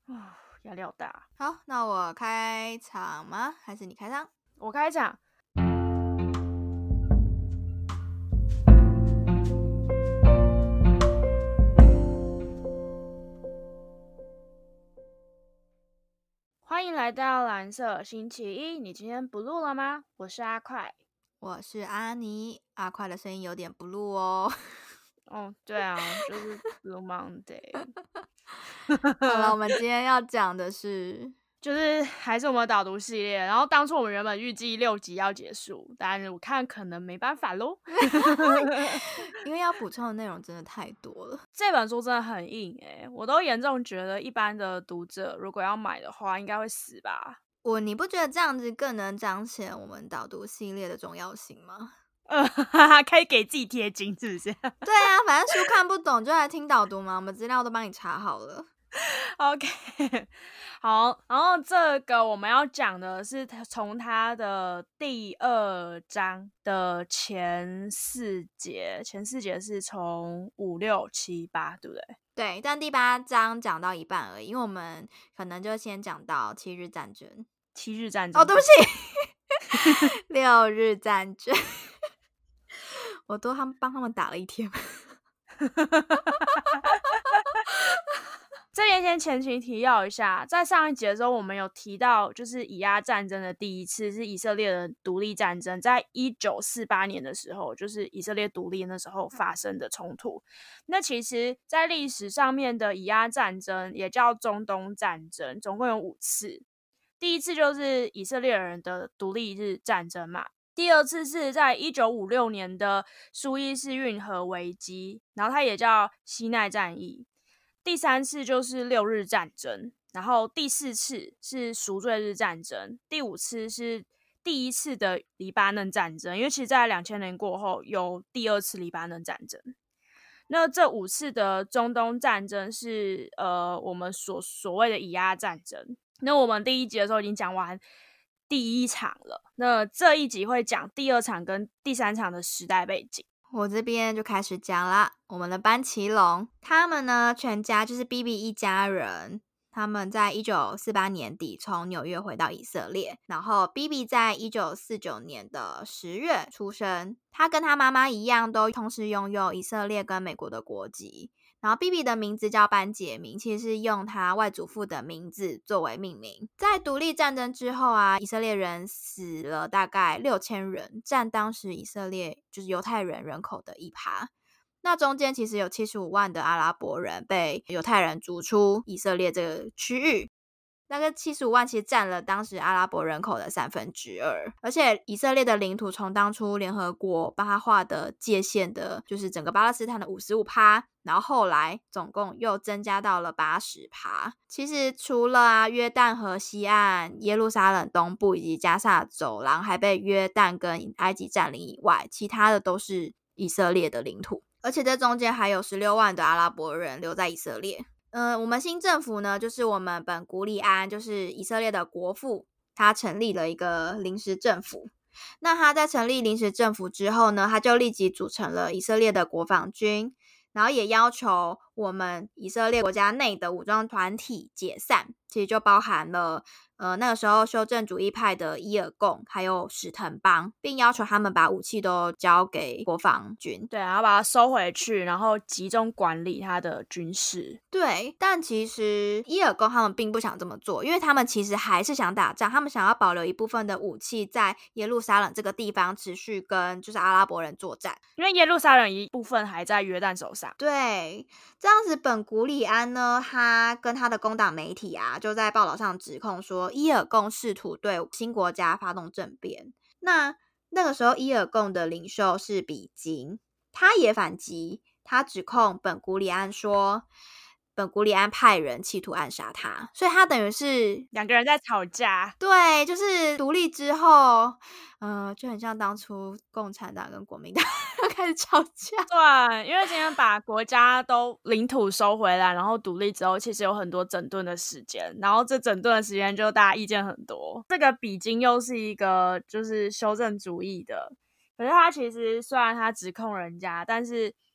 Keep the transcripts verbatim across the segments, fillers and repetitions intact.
啊，压力好大。 好，那我开场吗？还是你开场？ 我开场。欢迎来到蓝色星期一，你今天不录了吗？我是阿快。 我是阿妮。阿快的声音有点不录哦。 哦，对啊，就是 Blue Monday。 好了，我们今天要讲的是， 就是还是我们导读系列。然后当初我们原本预计六集要结束，但是我看可能没办法咯。 因为要补充的内容真的太多了。 这本书真的很硬欸，我都严重觉得一般的读者如果要买的话，应该会死吧。 我你不觉得这样子更能彰显我们导读系列的重要性吗？ 呃，哈哈，可以给自己贴金是不是？ 对啊，反正书看不懂就来听导读嘛，我们资料都帮你查好了。 OK， 好，然后这个我们要讲的是从它的第二章的前四节，前四节是从五六七八，对不对？ 对，但第八章讲到一半而已，因为我们可能就先讲到七日战争。 七日战争哦，对不起，六日战争，我都他们帮他们打了一天。 这边先前情提要一下，在上一节的时候我们有提到，就是以阿战争的第一次是以色列的独立战争，在一九四八年的时候，就是以色列独立那时候发生的冲突。那其实在历史上面的以阿战争也叫中东战争，总共有五次。第一次就是以色列人的独立日战争嘛，第二次是在一九五六年的苏伊士运河危机，然后它也叫西奈战役。第三次就是六日战争，然后第四次是赎罪日战争，第五次是第一次的黎巴嫩战争，因为其实在两千年过后有第二次黎巴嫩战争。那这五次的中东战争是呃我们所所谓的以阿战争。那我们第一集的时候已经讲完第一场了，那这一集会讲第二场跟第三场的时代背景。 我这边就开始讲啦。我们的班奇龙，他们呢全家就是 B B 一家人，他们在一九四八年底从纽约回到以色列，然后 B B 在一九四九年的十月出生，他跟他妈妈一样都同时拥有以色列跟美国的国籍。然后 B B 的名字叫班杰明，其实是用他外祖父的名字作为命名。在独立战争之后啊，以色列人死了大概六千人，占当时以色列就是犹太人人口的一趴。那中间其实有七十五万的阿拉伯人被犹太人逐出以色列这个区域，那个七十五万其实占了当时阿拉伯人口的三分之二，而且以色列的领土从当初联合国帮他画的界限的，就是整个巴勒斯坦的 百分之五十五， 然后后来总共又增加到了 百分之八十。其实除了啊约旦河西岸、耶路撒冷东部以及加萨走廊还被约旦跟埃及占领以外，其他的都是以色列的领土，而且这中间还有十六万的阿拉伯人留在以色列。呃，我们新政府呢，就是我们本古里安，就是以色列的国父，他成立了一个临时政府。那他在成立临时政府之后呢，他就立即组成了以色列的国防军，然后也要求我们以色列国家内的武装团体解散，其实就包含了呃那个时候修正主义派的伊尔共还有史腾邦，并要求他们把武器都交给国防军。 对，然后把它收回去，然后集中管理他的军事。 对，但其实伊尔共他们并不想这么做，因为他们其实还是想打仗，他们想要保留一部分的武器在耶路撒冷这个地方持续跟就是阿拉伯人作战， 因为耶路撒冷一部分还在约旦手上。 对，这样子本古里安呢，他跟他的工党媒体啊，就在报道上指控说，伊尔共试图对新国家发动政变。那那个时候，伊尔共的领袖是比金，他也反击，他指控本古里安说，本古里安派人企图暗杀他，所以他等于是两个人在吵架。 对，就是独立之后，呃，就很像当初共产党跟国民党开始吵架。 对，因为今天把国家都领土收回来，然后独立之后，其实有很多整顿的时间，然后这整顿的时间就大家意见很多。这个比金又是一个就是修正主义的，可是他其实虽然他指控人家，但是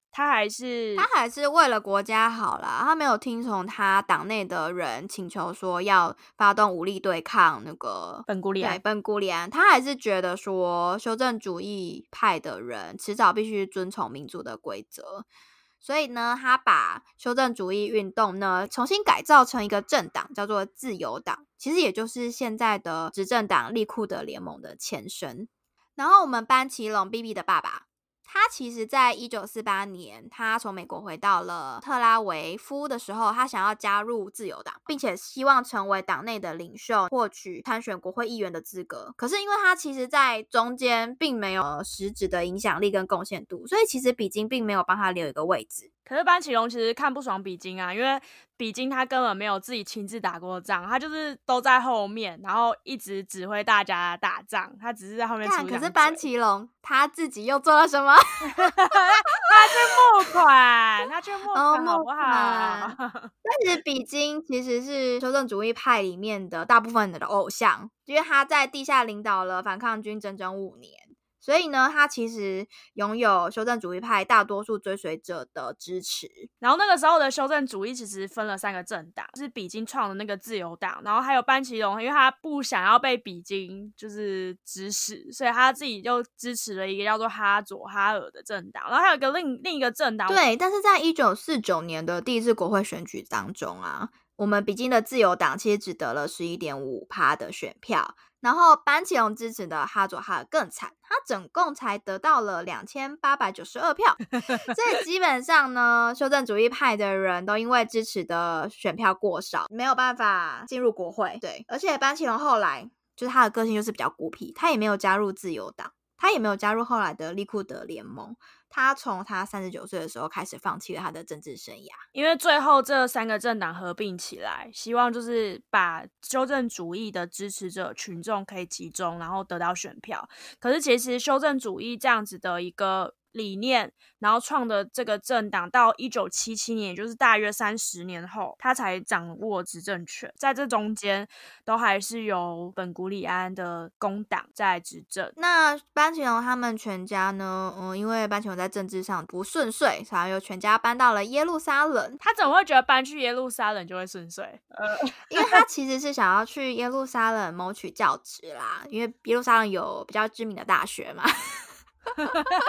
他还是他还是为了国家好啦，他没有听从他党内的人请求说要发动武力对抗那个本古里安。 对本古里安，他还是觉得说修正主义派的人迟早必须遵从民主的规则，所以呢，他把修正主义运动呢重新改造成一个政党，叫做自由党，其实也就是现在的执政党利库德联盟的前身。然后我们班奇隆 B B 的爸爸，他其实在一九四八年他从美国回到了特拉维夫的时候，他想要加入自由党，并且希望成为党内的领袖，获取参选国会议员的资格。可是因为他其实在中间并没有实质的影响力跟贡献度，所以其实比金并没有帮他留一个位置。 可是班奇隆其实看不爽比金啊，因为比金他根本没有自己亲自打过仗，他就是都在后面，然后一直指挥大家打仗，他只是在后面出两嘴。 可是班奇隆他自己又做了什么？ 他去募款，他去募款好不好？ 哦、但是比金其实是修正主义派里面的大部分人的偶像，因为他在地下领导了反抗军整整五年。所以呢，他其实拥有修正主义派大多数追随者的支持。 然后那个时候的修正主义其实分了三个政党，就是比金创的那个自由党，然后还有班奇隆，因为他不想要被比金就是指使，所以他自己就支持了一个叫做哈佐哈尔的政党，然后还有一个另另一个政党。 对，但是在一九四九年的第一次国会选举当中啊，我们比金的自由党其实只得了 百分之十一点五 的选票。然后班奇隆支持的哈佐哈尔更惨，他总共才得到了两千八百九十二票。所以基本上呢，修正主义派的人都因为支持的选票过少，没有办法进入国会。对，而且班奇隆后来就是他的个性就是比较孤僻，他也没有加入自由党，他也没有加入后来的利库德联盟。他从他三十九岁的时候开始放弃了他的政治生涯， 因为最后这三个政党合并起来，希望就是把修正主义的支持者群众可以集中，然后得到选票。可是其实修正主义这样子的一个理念，然后创的这个政党到一九七七年，也就是大约三十年后，他才掌握执政权。在这中间都还是由本古里安的工党在执政。 那班奇隆他们全家呢，嗯，因为班奇隆在政治上不顺遂，然后又全家搬到了耶路撒冷。 他怎么会觉得搬去耶路撒冷就会顺遂？呃， 因为他其实是想要去耶路撒冷谋取教职啦，因为耶路撒冷有比较知名的大学嘛。 可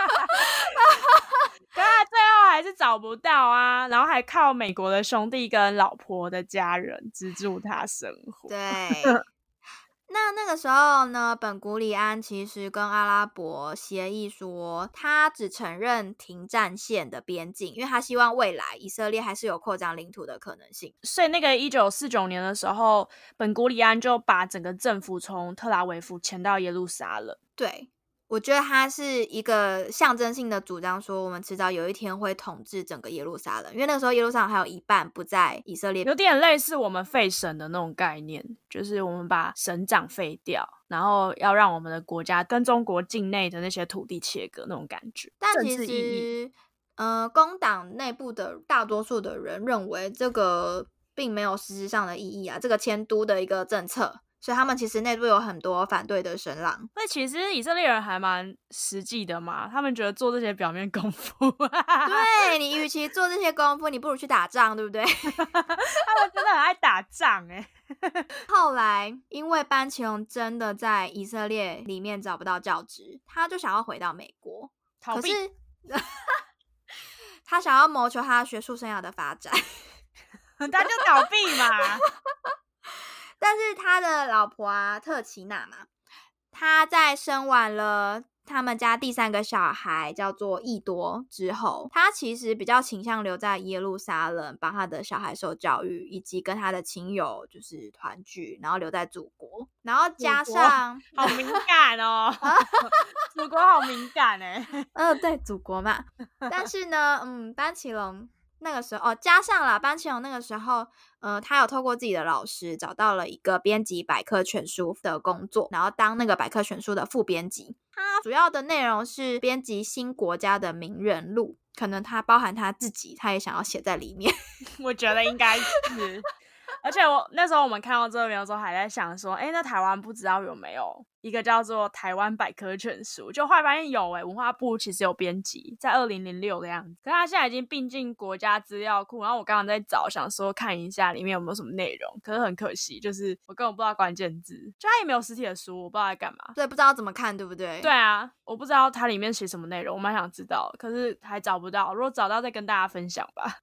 他最后还是找不到啊，然后还靠美国的兄弟跟老婆的家人资助他生活。 对，那那个时候呢，本古里安其实跟阿拉伯协议说，他只承认停战线的边境，因为他希望未来以色列还是有扩张领土的可能性。 所以那个一九四九年的时候，本古里安就把整个政府从特拉维夫迁到耶路撒冷。 对，我觉得他是一个象征性的主张，说我们迟早有一天会统治整个耶路撒冷，因为那个时候耶路撒冷还有一半不在以色列， 有点类似我们废省的那种概念，就是我们把省长废掉，然后要让我们的国家跟中国境内的那些土地切割那种感觉。 但其实呃，工党内部的大多数的人认为这个并没有实质上的意义啊，这个迁都的一个政策，所以他们其实内部有很多反对的声浪。 所以其实以色列人还蛮实际的嘛，他们觉得做这些表面功夫对，你与其做这些功夫，你不如去打仗，对不对？ 他们真的很爱打仗耶。 后来因为班奇隆真的在以色列里面找不到教职，他就想要回到美国逃避， 可是他想要谋求他学术生涯的发展他就倒闭嘛。 但是他的老婆啊，特奇娜嘛，他在生完了他们家第三个小孩叫做益多之后，他其实比较倾向留在耶路撒冷帮他的小孩受教育，以及跟他的亲友就是团聚，然后留在祖国。然后加上好敏感哦祖国好敏感耶。 嗯、呃，对，祖国嘛。但是呢，嗯，班奇隆那个时候哦，加上了班奇隆那个时候，呃，他有透过自己的老师找到了一个编辑百科全书的工作，然后当那个百科全书的副编辑。他主要的内容是编辑新国家的名人录，可能他包含他自己，他也想要写在里面。 我觉得应该是。 而且我那时候我们看到这个的时候还在想说，哎，那台湾不知道有没有一个叫做台湾百科全书，就后来发现有哎、欸，文化部其实有编辑，在二零零六的样子，可是它现在已经并进国家资料库，然后我刚刚在找，想说看一下里面有没有什么内容，可是很可惜，就是我根本不知道关键字，就它也没有实体的书，我不知道在干嘛， 对，不知道怎么看，对不对？ 对啊，我不知道它里面写什么内容，我蛮想知道，可是还找不到，如果找到再跟大家分享吧。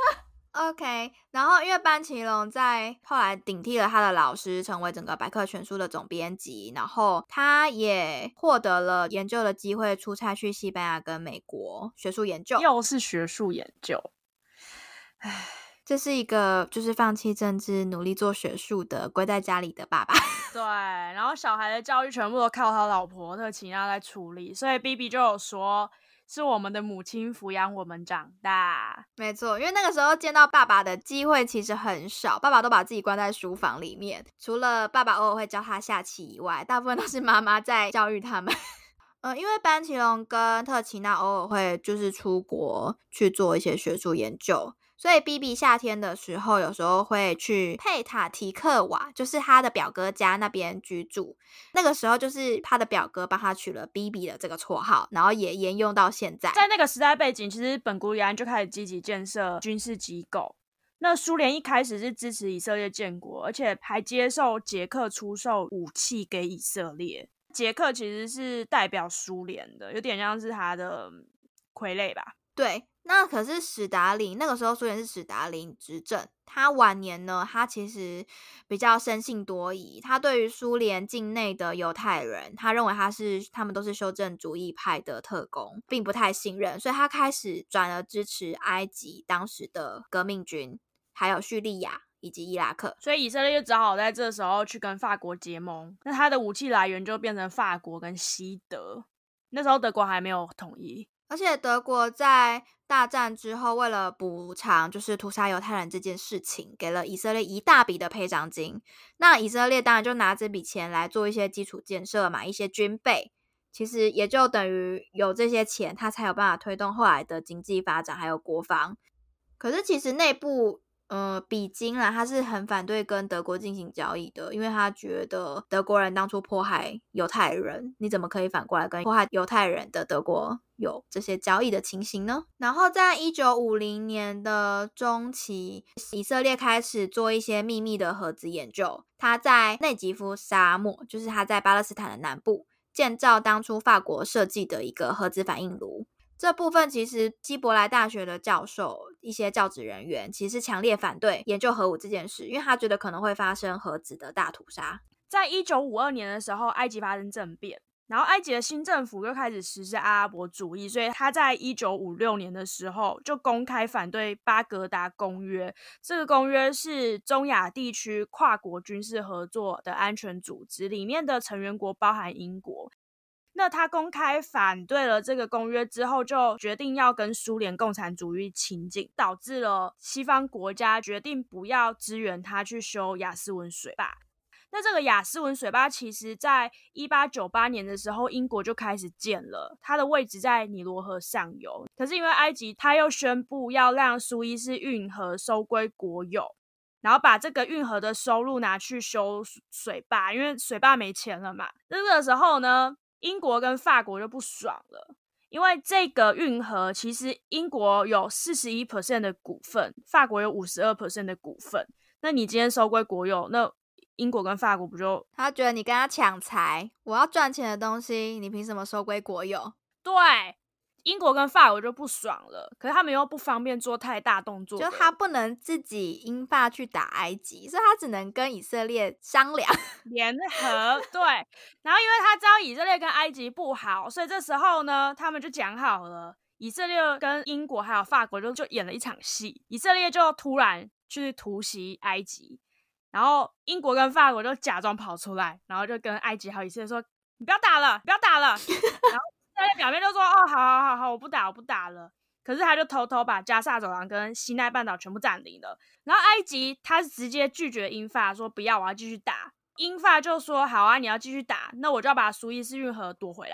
OK， 然后因为班奇隆在后来顶替了他的老师，成为整个百科全书的总编辑，然后他也获得了研究的机会，出差去西班牙跟美国学术研究， 又是学术研究， 唉，这是一个就是放弃政治，努力做学术的归在家里的爸爸。 对，然后小孩的教育全部都靠他老婆特奇娜在处理，所以 B B 就有说是我们的母亲抚养我们长大。 没错，因为那个时候见到爸爸的机会其实很少，爸爸都把自己关在书房里面，除了爸爸偶尔会教他下棋以外，大部分都是妈妈在教育他们。呃，因为班奇隆跟特奇娜偶尔会就是出国去做一些学术研究，所以 B B 夏天的时候有时候会去佩塔提克瓦，就是他的表哥家那边居住。那个时候就是他的表哥帮他取了 B B 的这个绰号，然后也沿用到现在。 在那个时代背景，其实本古里安就开始积极建设军事机构。那苏联一开始是支持以色列建国，而且还接受捷克出售武器给以色列。捷克其实是代表苏联的，有点像是他的傀儡吧。 对，那可是史达林，那个时候苏联是史达林执政，他晚年呢，他其实比较生性多疑，他对于苏联境内的犹太人，他认为他是他们都是修正主义派的特工，并不太信任，所以他开始转而支持埃及当时的革命军，还有叙利亚以及伊拉克， 所以以色列就只好在这时候去跟法国结盟，那他的武器来源就变成法国跟西德，那时候德国还没有统一。 而且德国在大战之后，为了补偿就是屠杀犹太人这件事情，给了以色列一大笔的赔偿金。那以色列当然就拿这笔钱来做一些基础建设，买一些军备，其实也就等于有这些钱，他才有办法推动后来的经济发展还有国防。可是其实内部呃，比金啦，他是很反对跟德国进行交易的，因为他觉得德国人当初迫害犹太人，你怎么可以反过来跟迫害犹太人的德国有这些交易的情形呢？然后在一九五零年的中期，以色列开始做一些秘密的核子研究，他在内吉夫沙漠，就是他在巴勒斯坦的南部，建造当初法国设计的一个核子反应炉。这部分其实希伯来大学的教授一些教职人员其实强烈反对研究核武这件事，因为他觉得可能会发生核子的大屠杀。 在一九五二年的时候，埃及发生政变，然后埃及的新政府又开始实施阿拉伯主义，所以他在一九五六年的时候就公开反对巴格达公约。这个公约是中亚地区跨国军事合作的安全组织，里面的成员国包含英国。那他公开反对了这个公约之后，就决定要跟苏联共产主义亲近，导致了西方国家决定不要支援他去修亚斯文水坝。那这个亚斯文水坝其实在一八九八年的时候英国就开始建了，它的位置在尼罗河上游。可是因为埃及他又宣布要让苏伊士运河收归国有，然后把这个运河的收入拿去修水坝，因为水坝没钱了嘛。这个时候呢，英国跟法国就不爽了，因为这个运河其实英国有 百分之四十一 的股份，法国有 百分之五十二 的股份，那你今天收归国有，那英国跟法国不就他觉得你跟他抢财，我要赚钱的东西你凭什么收归国有？ 对，英国跟法国就不爽了，可是他们又不方便做太大动作， 就他不能自己英法去打埃及，所以他只能跟以色列商量联合。对，然后因为他知道以色列跟埃及不好，所以这时候呢他们就讲好了，以色列跟英国还有法国就就演了一场戏，以色列就突然去突袭埃及，然后英国跟法国就假装跑出来，然后就跟埃及还有以色列说你不要打了不要打了然后以色列表面就说哦好好好好我不打我不打了，可是他就偷偷把加萨走廊跟西奈半岛全部占领了。然后埃及他直接拒绝英法，说不要，我要继续打。英法就说好啊，你要继续打，那我就要把苏伊士运河夺回来，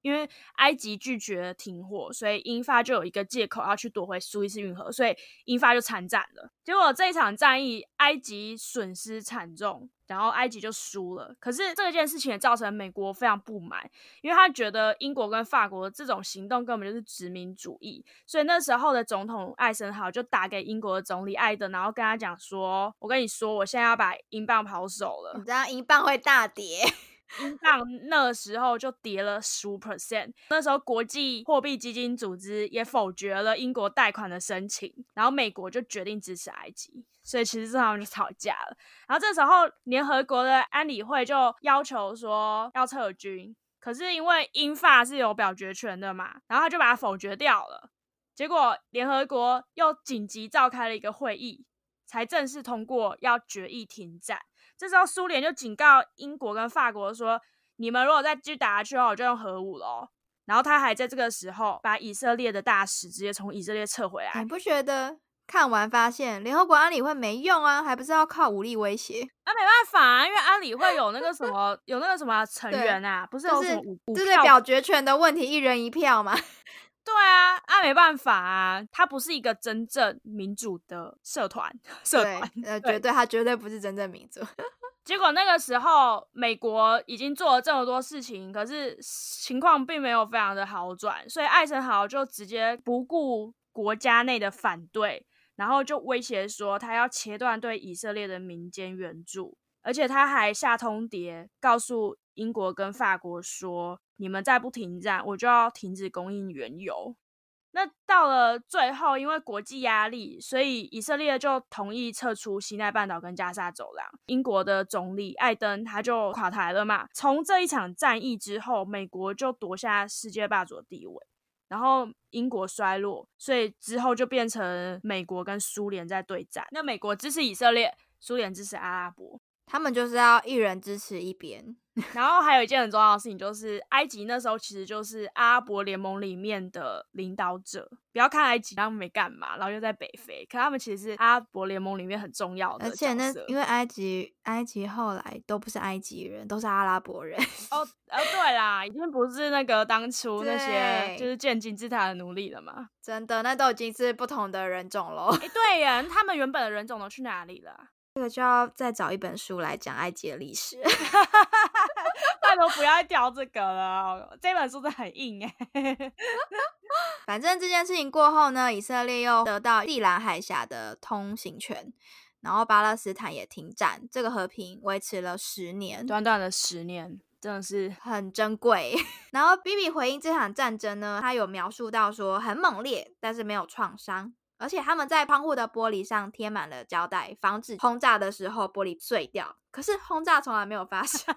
因为埃及拒绝停火，所以英法就有一个借口要去夺回苏伊士运河，所以英法就参战了。结果这一场战役埃及损失惨重，然后埃及就输了。可是这件事情也造成美国非常不满，因为他觉得英国跟法国这种行动根本就是殖民主义，所以那时候的总统艾森豪就打给英国的总理艾登，然后跟他讲说，我跟你说我现在要把英镑抛售了。 你知道英镑会大跌， 英镑那时候就跌了 百分之十五。 那时候国际货币基金组织也否决了英国贷款的申请，然后美国就决定支持埃及，所以其实他们就吵架了。然后这时候联合国的安理会就要求说要撤军，可是因为英法是有表决权的嘛，然后他就把它否决掉了。结果联合国又紧急召开了一个会议，才正式通过要决议停战。这时候苏联就警告英国跟法国说，你们如果再继续打下去的话，我就用核武咯。然后他还在这个时候把以色列的大使直接从以色列撤回来。 你不觉得看完发现联合国安理会没用啊，还不是要靠武力威胁？ 那、啊、没办法啊，因为安理会有那个什么有那个什么成员啊，不是有什么五、 就是就是表决权的问题，一人一票嘛。 对啊，啊没办法啊，它不是一个真正民主的社团，社团， 对，呃，绝对，它绝对不是真正民主。 结果那个时候，美国已经做了这么多事情，可是情况并没有非常的好转，所以艾森豪就直接不顾国家内的反对，然后就威胁说他要切断对以色列的民间援助，而且他还下通牒告诉英国跟法国说，你们再不停战，我就要停止供应原油。那到了最后，因为国际压力，所以以色列就同意撤出西奈半岛跟加沙走廊。英国的总理艾登他就垮台了嘛。从这一场战役之后，美国就夺下世界霸主的地位，然后英国衰落，所以之后就变成美国跟苏联在对战。那美国支持以色列，苏联支持阿拉伯， 他们就是要一人支持一边。 然后还有一件很重要的事情，就是埃及那时候其实就是阿拉伯联盟里面的领导者。不要看埃及他们没干嘛，然后又在北非，可他们其实是阿拉伯联盟里面很重要的角色。 而且那因为埃及埃及后来都不是埃及人，都是阿拉伯人。 哦哦，对啦，已经不是那个当初那些就是建金字塔的奴隶了嘛。 真的，那都已经是不同的人种了。 哎，对呀，他们原本的人种都去哪里了？ 这个就要再找一本书来讲埃及的历史。 拜托不要再聊这个了，这本书真的很硬哎。 反正这件事情过后呢，以色列又得到地兰海峡的通行权，然后巴勒斯坦也停战，这个和平维持了十年， 短短的十年。真的是很珍贵。然后 B B 回应这场战争呢，他有描述到说很猛烈，但是没有创伤，而且他们在窗户的玻璃上贴满了胶带，防止轰炸的时候玻璃碎掉。可是轰炸从来没有发生。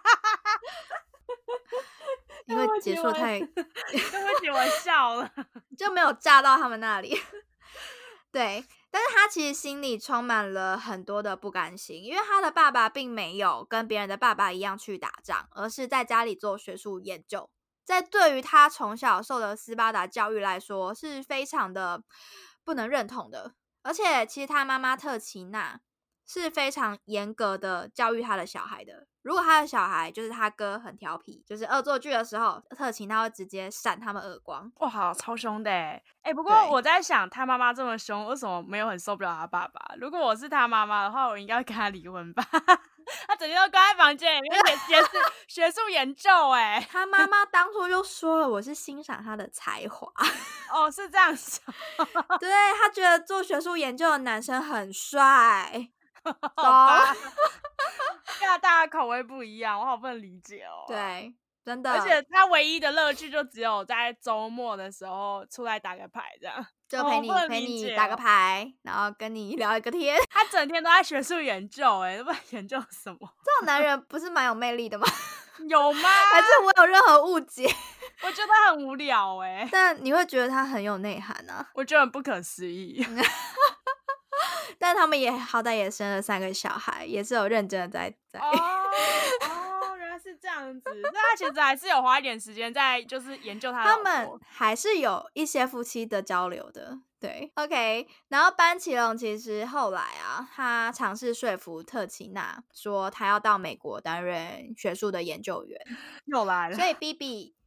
因为结束太对不起我笑了就没有炸到他们那里。对，但是他其实心里充满了很多的不甘心，因为他的爸爸并没有跟别人的爸爸一样去打仗，而是在家里做学术研究。在对于他从小受的斯巴达教育来说是非常的不能认同的，而且其实他妈妈特奇娜是非常严格的教育他的小孩的。如果他的小孩就是他哥很调皮，就是恶作剧的时候，特奇娜会直接扇他们耳光。 哇，超凶的哎！哎，不过我在想，他妈妈这么凶，为什么没有很受不了他爸爸？如果我是他妈妈的话，我应该会跟他离婚吧。他整天都关在房间里面写学术学术研究哎。 他妈妈当初就说了，我是欣赏他的才华。 哦，是这样子。 对，他觉得做学术研究的男生很帅。 好吧。大家口味不一样，我好不能理解哦。 对，真的。 而且他唯一的乐趣就只有在周末的时候出来打个牌这样。 就陪你、哦、陪你打个牌，然后跟你聊一个天。 他整天都在学术研究，哎，都不知道研究什么。 这种男人不是蛮有魅力的吗？ 有吗？ 还是我有任何误解？ 我觉得他很无聊哎。 但你会觉得他很有内涵啊。 我觉得很不可思议。 但他们也好歹也生了三个小孩，也是有认真的在在。 哦哦，原来是这样子。那他其实还是有花一点时间在就是研究他的。 他们还是有一些夫妻的交流的。对 ，OK。然后班奇隆其实后来啊，他尝试说服特奇娜说他要到美国担任学术的研究员。 又来了。 所以 B B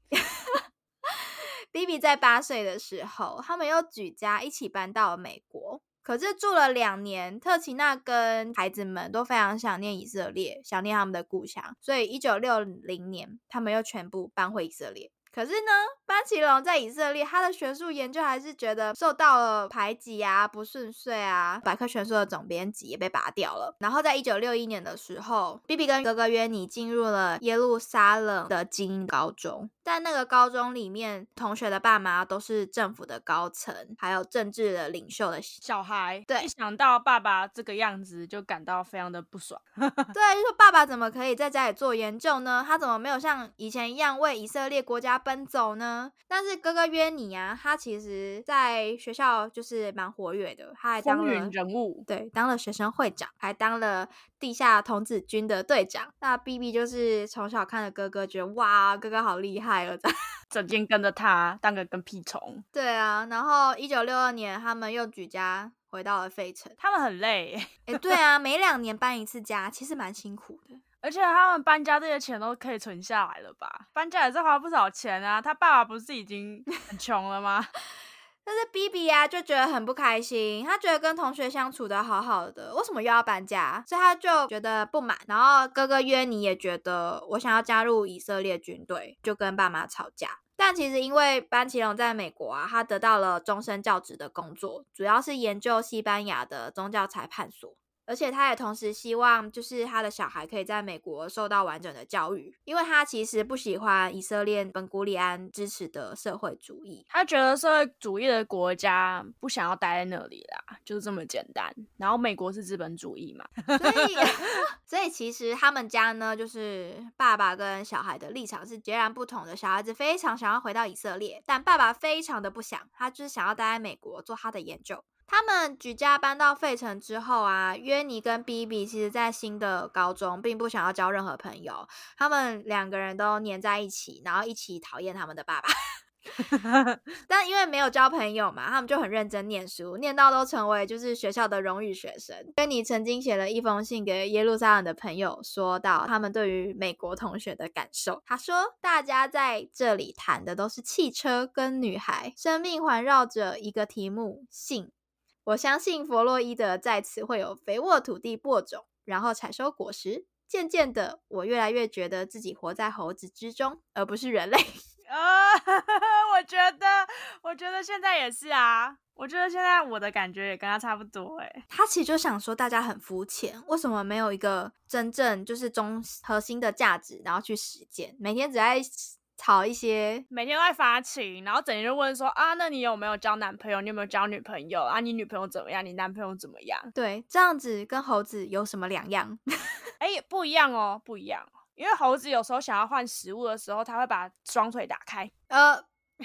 B B 在八岁的时候，他们又举家一起搬到了美国。可是住了两年，特奇娜跟孩子们都非常想念以色列，想念他们的故乡，所以一九六零年他们又全部搬回以色列。可是呢，班奇隆在以色列，他的学术研究还是觉得受到了排挤啊、不顺遂啊。百科全书的总编辑也被拔掉了。然后在一九六一年的时候 ，B B 跟哥哥约尼进入了耶路撒冷的精英高中。在那个高中里面，同学的爸妈都是政府的高层，还有政治的领袖的小孩。 对， 一想到爸爸这个样子，就感到非常的不爽。 对，就说爸爸怎么可以在家里做研究呢？他怎么没有像以前一样为以色列国家奔走呢？但是哥哥约尼啊，他其实在学校就是蛮活跃的，他还当了风云人物， 对，当了学生会长，还当了地下童子军的队长。那 B B 就是从小看着哥哥，觉得哇，哥哥好厉害哦， 整天跟着他当个跟屁虫。 对啊，然后一九六二年他们又举家回到了费城。 他们很累哎，对啊，每两年搬一次家，其实蛮辛苦的。 而且他们搬家这些钱都可以存下来了吧？搬家也是花不少钱啊。他爸爸不是已经很穷了吗？ 但是 B B 啊就觉得很不开心，他觉得跟同学相处的好好的，为什么又要搬家？所以他就觉得不满。然后哥哥约尼也觉得我想要加入以色列军队，就跟爸妈吵架。但其实因为班奇隆在美国啊，他得到了终身教职的工作，主要是研究西班牙的宗教裁判所。而且他也同时希望就是他的小孩可以在美国受到完整的教育，因为他其实不喜欢以色列本古里安支持的社会主义， 他觉得社会主义的国家不想要待在那里啦，就是这么简单。然后美国是资本主义嘛， 所以所以其实他们家呢，就是爸爸跟小孩的立场是截然不同的。小孩子非常想要回到以色列，但爸爸非常的不想，他就是想要待在美国做他的研究。他们举家搬到费城之后啊，约尼跟 B B 其实在新的高中并不想要交任何朋友，他们两个人都黏在一起，然后一起讨厌他们的爸爸。但因为没有交朋友嘛，他们就很认真念书，念到都成为就是学校的荣誉学生。约尼曾经写了一封信给耶路撒冷的朋友，说到他们对于美国同学的感受。他说，大家在这里谈的都是汽车跟女孩，生命环绕着一个题目，性。我相信弗洛伊德在此会有肥沃土地播种，然后采收果实。渐渐的，我越来越觉得自己活在猴子之中，而不是人类。 啊、我觉得，我觉得现在也是啊。我觉得现在我的感觉也跟他差不多哎。 他其实就想说，大家很肤浅，为什么没有一个真正就是中核心的价值，然后去实践？每天只在吵一些， 每天都在发情，然后整天就问说啊，那你有没有交男朋友？你有没有交女朋友啊？你女朋友怎么样？你男朋友怎么样？ 对，这样子跟猴子有什么两样？ 哎、欸，不一样哦，不一样。因为猴子有时候想要换食物的时候，他会把双腿打开。 呃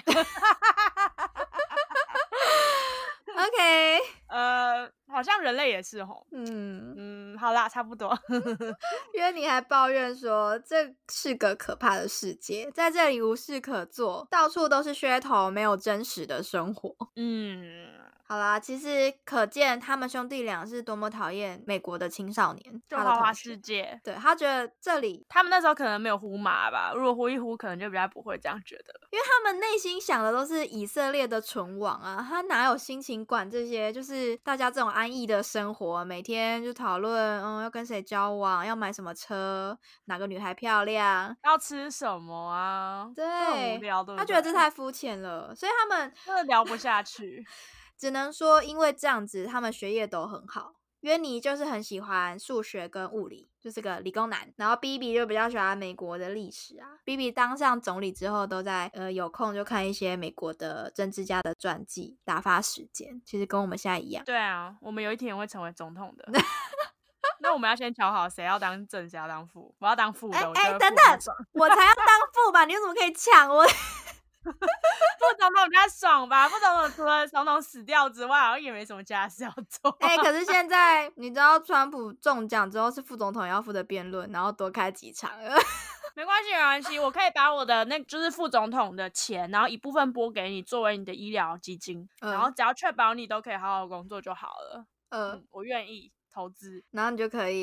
，OK， 呃，好像人类也是吼。 嗯嗯，好啦，差不多。 约尼还抱怨说，这是个可怕的世界，在这里无事可做，到处都是噱头，没有真实的生活。 嗯， 好啦，其实可见他们兄弟俩是多么讨厌美国的青少年， 就花花世界。 对，他觉得这里， 他们那时候可能没有呼麻吧，如果呼一呼，可能就比较不会这样觉得， 因为他们内心想的都是以色列的存亡啊，他哪有心情管这些？就是大家这种安逸的生活，每天就讨论，嗯，要跟谁交往，要买什么车，哪个女孩漂亮， 要吃什么啊？ 对， 很无聊，对不对？ 他觉得这太肤浅了，所以他们真的聊不下去。 只能说，因为这样子，他们学业都很好。约尼就是很喜欢数学跟物理，就是个理工男。然后 B B 就比较喜欢美国的历史啊。B B 当上总理之后，都在呃有空就看一些美国的政治家的传记，打发时间。其实跟我们现在一样。 对啊，我们有一天会成为总统的。那我们要先瞧好谁要当正，谁要当副。我要当副的。哎、欸欸、 等等，我才要当副吧？你怎么可以抢我？ 副总统比较爽吧？副总统除了总统死掉之外，好像也没什么家事要做。 哎、欸，可是现在你知道，川普中奖之后是副总统要负责辩论，然后多开几场。 没关系，没关系，我可以把我的那就是副总统的钱，然后一部分拨给你作为你的医疗基金，嗯、然后只要确保你都可以好好工作就好了。嗯，嗯我愿意投资， 然后你就可以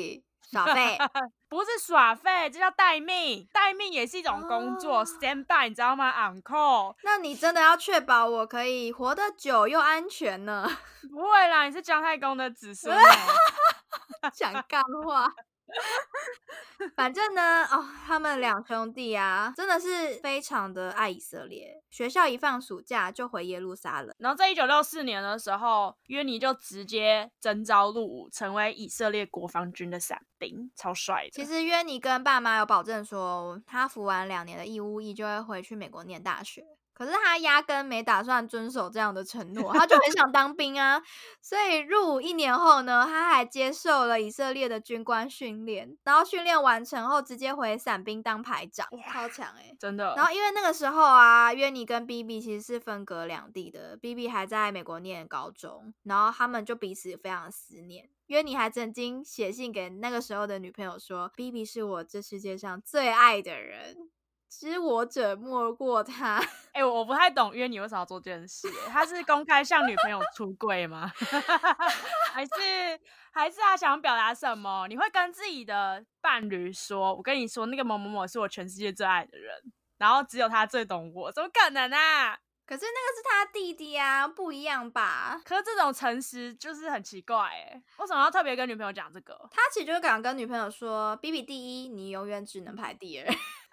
耍废不是耍废，这叫待命。待命也是一种工作、 哦、 ，stand by， 你知道吗 ？on call。 那你真的要确保我可以活得久又安全呢？ 不会啦，你是姜太公的子孙欸讲干话。反正呢，哦，他们两兄弟啊，真的是非常的爱以色列。学校一放暑假就回耶路撒冷。 然后在一九六四年的时候，约尼就直接征召入伍，成为以色列国防军的伞兵，超帅的。 其实约尼跟爸妈有保证说，他服完两年的义务役就会回去美国念大学。可是他压根没打算遵守这样的承诺，他就很想当兵啊。所以入伍一年后呢，他还接受了以色列的军官训练，然后训练完成后直接回伞兵当排长，超强哎、欸， 真的。 然后因为那个时候啊，约尼跟 B B 其实是分隔两地的 ，B B 还在美国念高中，然后他们就彼此非常思念。约尼还曾经写信给那个时候的女朋友说 ：“B B 是我这世界上最爱的人。”知我者莫过他。 哎、欸，我不太懂约尼为什么要做这件事、欸。他是公开向女朋友出柜吗？还是还是他想表达什么？你会跟自己的伴侣说：“我跟你说，那个某某某是我全世界最爱的人，然后只有他最懂我。”怎么可能啊？ 可是那个是他弟弟啊，不一样吧？ 可是这种诚实就是很奇怪哎，为什么要特别跟女朋友讲这个？ 他其实就敢跟女朋友说 ：“B B 第一，你永远只能排第二。”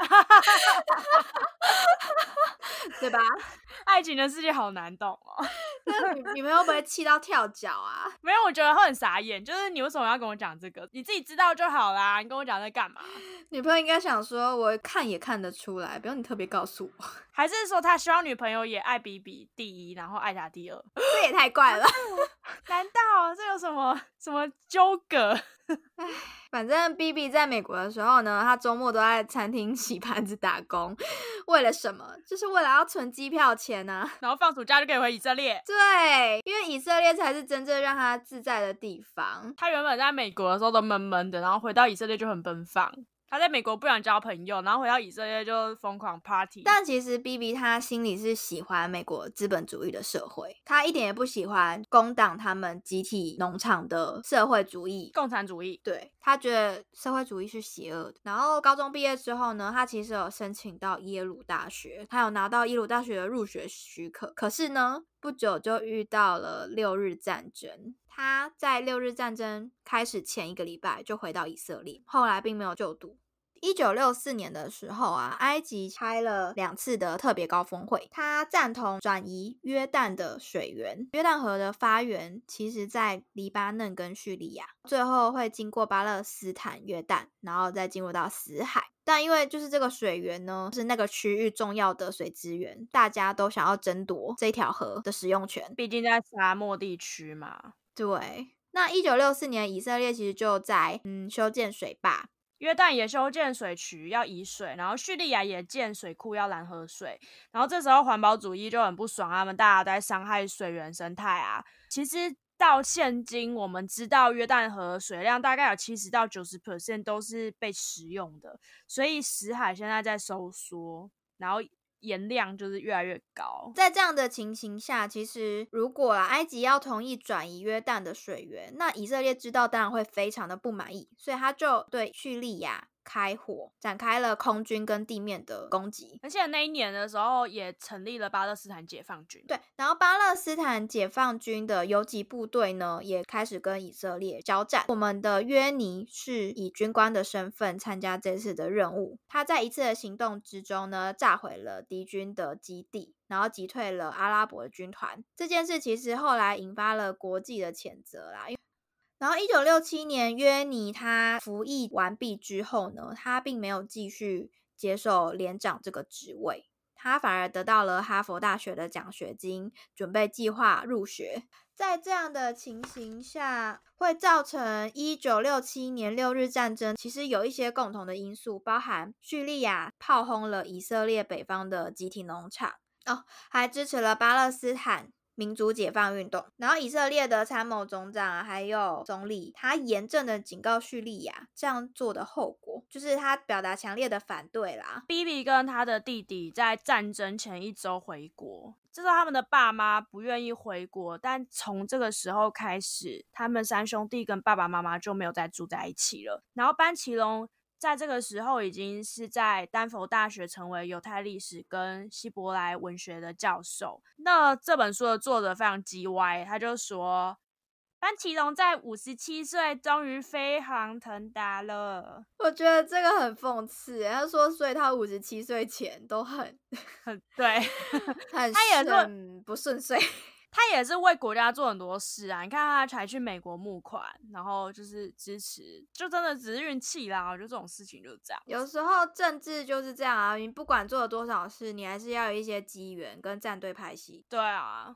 对吧？ 爱情的世界好难懂哦。 那女女朋友会不会气到跳脚啊？ 没有，我觉得会很傻眼。就是你为什么要跟我讲这个？你自己知道就好啦，你跟我讲在干嘛？ 女朋友应该想说，我看也看得出来，不用你特别告诉我。 还是说他希望女朋友也爱比比第一，然后爱他第二？ 这也太怪了。 难道这有什么什么纠葛？ 反正 B B 在美国的时候呢，他周末都在餐厅洗盘子打工，为了什么？就是为了要存机票钱啊， 然后放暑假就可以回以色列。 对，因为以色列才是真正让他自在的地方。 他原本在美国的时候都闷闷的，然后回到以色列就很奔放。他在美国不想交朋友，然后回到以色列就疯狂 party。 但其实 B B 他心里是喜欢美国资本主义的社会，他一点也不喜欢工党他们集体农场的社会主义、 共产主义。 对，他觉得社会主义是邪恶的。然后高中毕业之后呢，他其实有申请到耶鲁大学，他有拿到耶鲁大学的入学许可。可是呢，不久就遇到了六日战争。他在六日战争开始前一个礼拜就回到以色列，后来并没有就读。一九六四年的时候啊，埃及开了两次的特别高峰会，他赞同转移约旦的水源。约旦河的发源其实在黎巴嫩跟叙利亚，最后会经过巴勒斯坦、约旦，然后再进入到死海。但因为就是这个水源呢，是那个区域重要的水资源，大家都想要争夺这条河的使用权， 毕竟在沙漠地区嘛。 对，那一九六四年以色列其实就在嗯修建水坝。 约旦也修建水渠要移水，然后叙利亚也建水库要拦河水，然后这时候环保主义就很不爽，他们大家都在伤害水源生态啊。其实到现今我们知道约旦河的水量大概有 百分之七十到百分之九十 都是被食用的，所以死海现在在收缩，然后盐量就是越来越高。 在这样的情形下，其实如果啦埃及要同意转移约旦的水源，那以色列知道当然会非常的不满意，所以他就对叙利亚开火，展开了空军跟地面的攻击。 而且那一年的时候也成立了巴勒斯坦解放军。 对，然后巴勒斯坦解放军的游击部队呢，也开始跟以色列交战。我们的约尼是以军官的身份参加这次的任务，他在一次的行动之中呢，炸毁了敌军的基地，然后击退了阿拉伯的军团。这件事其实后来引发了国际的谴责啦。然后一九六七年约尼他服役完毕之后呢，他并没有继续接受连长这个职位，他反而得到了哈佛大学的奖学金，准备计划入学。在这样的情形下，会造成一九六七年六日战争其实有一些共同的因素，包含叙利亚炮轰了以色列北方的集体农场，哦，还支持了巴勒斯坦民族解放运动。然后以色列的参谋总长、啊、还有总理，他严正的警告叙利亚这样做的后果，就是他表达强烈的反对啦。 Bibi 跟他的弟弟在战争前一周回国，这时候他们的爸妈不愿意回国，但从这个时候开始，他们三兄弟跟爸爸妈妈就没有再住在一起了。然后班奇隆在这个时候已经是在丹佛大学成为犹太历史跟希伯来文学的教授。那这本书的作者非常叽歪，他就说班奇隆在五十七岁终于飞黄腾达了。 我觉得这个很讽刺，他说所以他五十七岁前都很很对很他也顺不顺遂。 他也是为国家做很多事啊，你看他才去美国募款，然后就是支持，就真的只是运气啦。我觉得这种事情就是这样， 有时候政治就是这样啊，你不管做了多少事，你还是要有一些机缘跟站队派系。 对啊。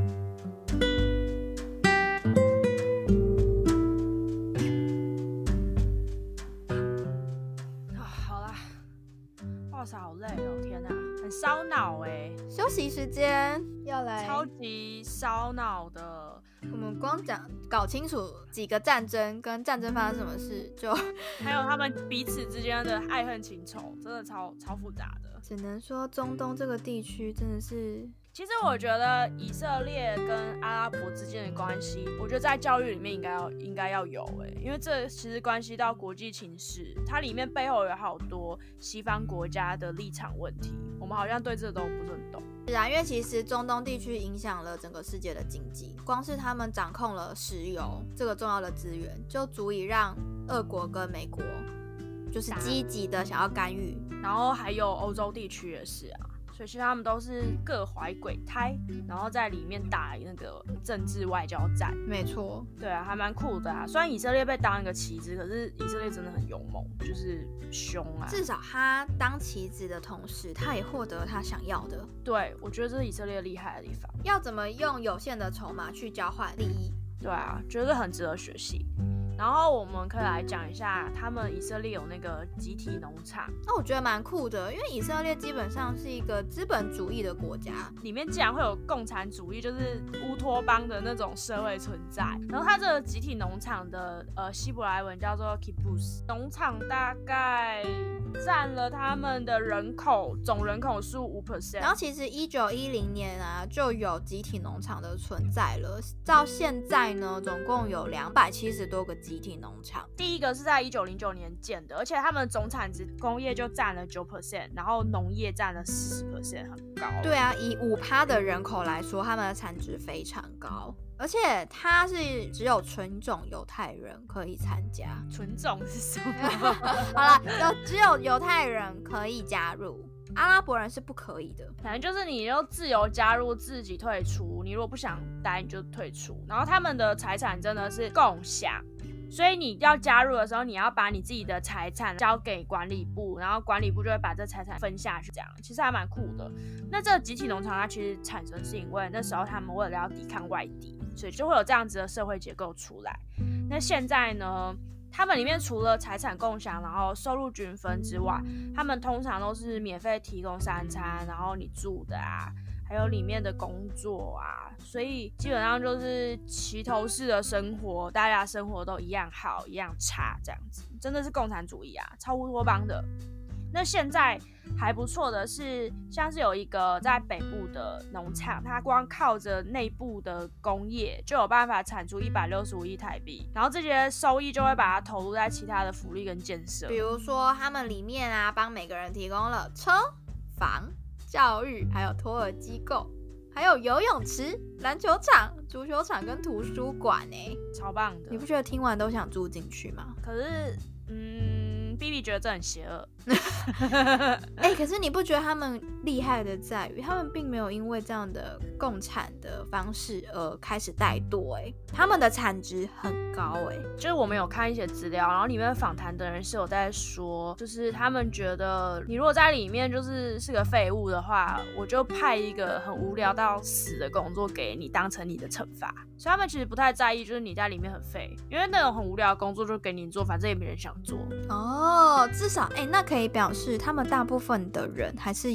好啦，哇塞，好累哦，天哪，很烧脑哎。 休息时间要来， 超级烧脑的。 我们光讲搞清楚几个战争跟战争发生什么事，就还有他们彼此之间的爱恨情仇，真的超超复杂的。 只能说中东这个地区真的是， 其实我觉得以色列跟阿拉伯之间的关系，我觉得在教育里面应该要应该要有哎、欸，因为这其实关系到国际情势，它里面背后有好多西方国家的立场问题，我们好像对这都不是很懂。 是啊，因为其实中东地区影响了整个世界的经济，光是他们掌控了石油这个重要的资源，就足以让俄国跟美国就是积极的想要干预， 然后还有欧洲地区也是啊。所以其实他们都是各怀鬼胎，然后在里面打那个政治外交战。 没错， 对啊，还蛮酷的啊。虽然以色列被当一个棋子，可是以色列真的很勇猛，就是凶啊。 至少他当棋子的同时，他也获得他想要的。 对，我觉得这是以色列厉害的地方。 要怎么用有限的筹码去交换利益？ 对啊，觉得很值得学习。然后我们可以来讲一下，他们以色列有那个集体农场， 那、哦、我觉得蛮酷的，因为以色列基本上是一个资本主义的国家， 里面竟然会有共产主义，就是乌托邦的那种社会存在。然后它这个集体农场的呃希伯来文叫做 kibbutz， 农场大概占了他们的人口总人口数 百分之五。 然后其实一九一零年啊就有集体农场的存在了，到现在呢总共有两百七十多个集体农场。 第一个是在一九零九年建的，而且他们总产值工业就占了 百分之九， 然后农业占了 百分之四十， 很高。 对啊，以 百分之五 的人口来说，他们的产值非常高。而且它是只有纯种犹太人可以参加。 纯种是什么？ 好啦，有只有犹太人可以加入，阿拉伯人是不可以的。 反正就是你就自由加入，自己退出。你如果不想待，你就退出。然后他们的财产真的是共享，所以你要加入的时候，你要把你自己的财产交给管理部，然后管理部就会把这财产分下去，这样其实还蛮酷的。那这个集体农场它其实产生是因为那时候他们为了要抵抗外敌，所以就会有这样子的社会结构出来。那现在呢，他们里面除了财产共享，然后收入均分之外，他们通常都是免费提供三餐，然后你住的啊，还有里面的工作啊，所以基本上就是齐头式的生活，大家生活都一样好，一样差，这样子真的是共产主义啊，超乌托邦的。那现在还不错的是，像是有一个在北部的农场，它光靠着内部的工业就有办法产出一百六十五亿台币，然后这些收益就会把它投入在其他的福利跟建设， 比如说他们里面啊，帮每个人提供了车、房、教育，还有托儿机构，还有游泳池、篮球场、足球场跟图书馆欸， 超棒的。 你不觉得听完都想住进去吗？ 可是，嗯 ，B B 觉得这很邪恶。 哎、欸，可是你不觉得他们厉害的在于，他们并没有因为这样的共产的方式而开始怠惰，哎，他们的产值很高，哎， 就是我们有看一些资料，然后里面访谈的人是有在说，就是他们觉得你如果在里面就是是个废物的话，我就派一个很无聊到死的工作给你，当成你的惩罚。所以他们其实不太在意，就是你在里面很废，因为那种很无聊的工作就给你做，反正也没人想做。 哦，至少哎、欸，那可以表示他们大部分的人还是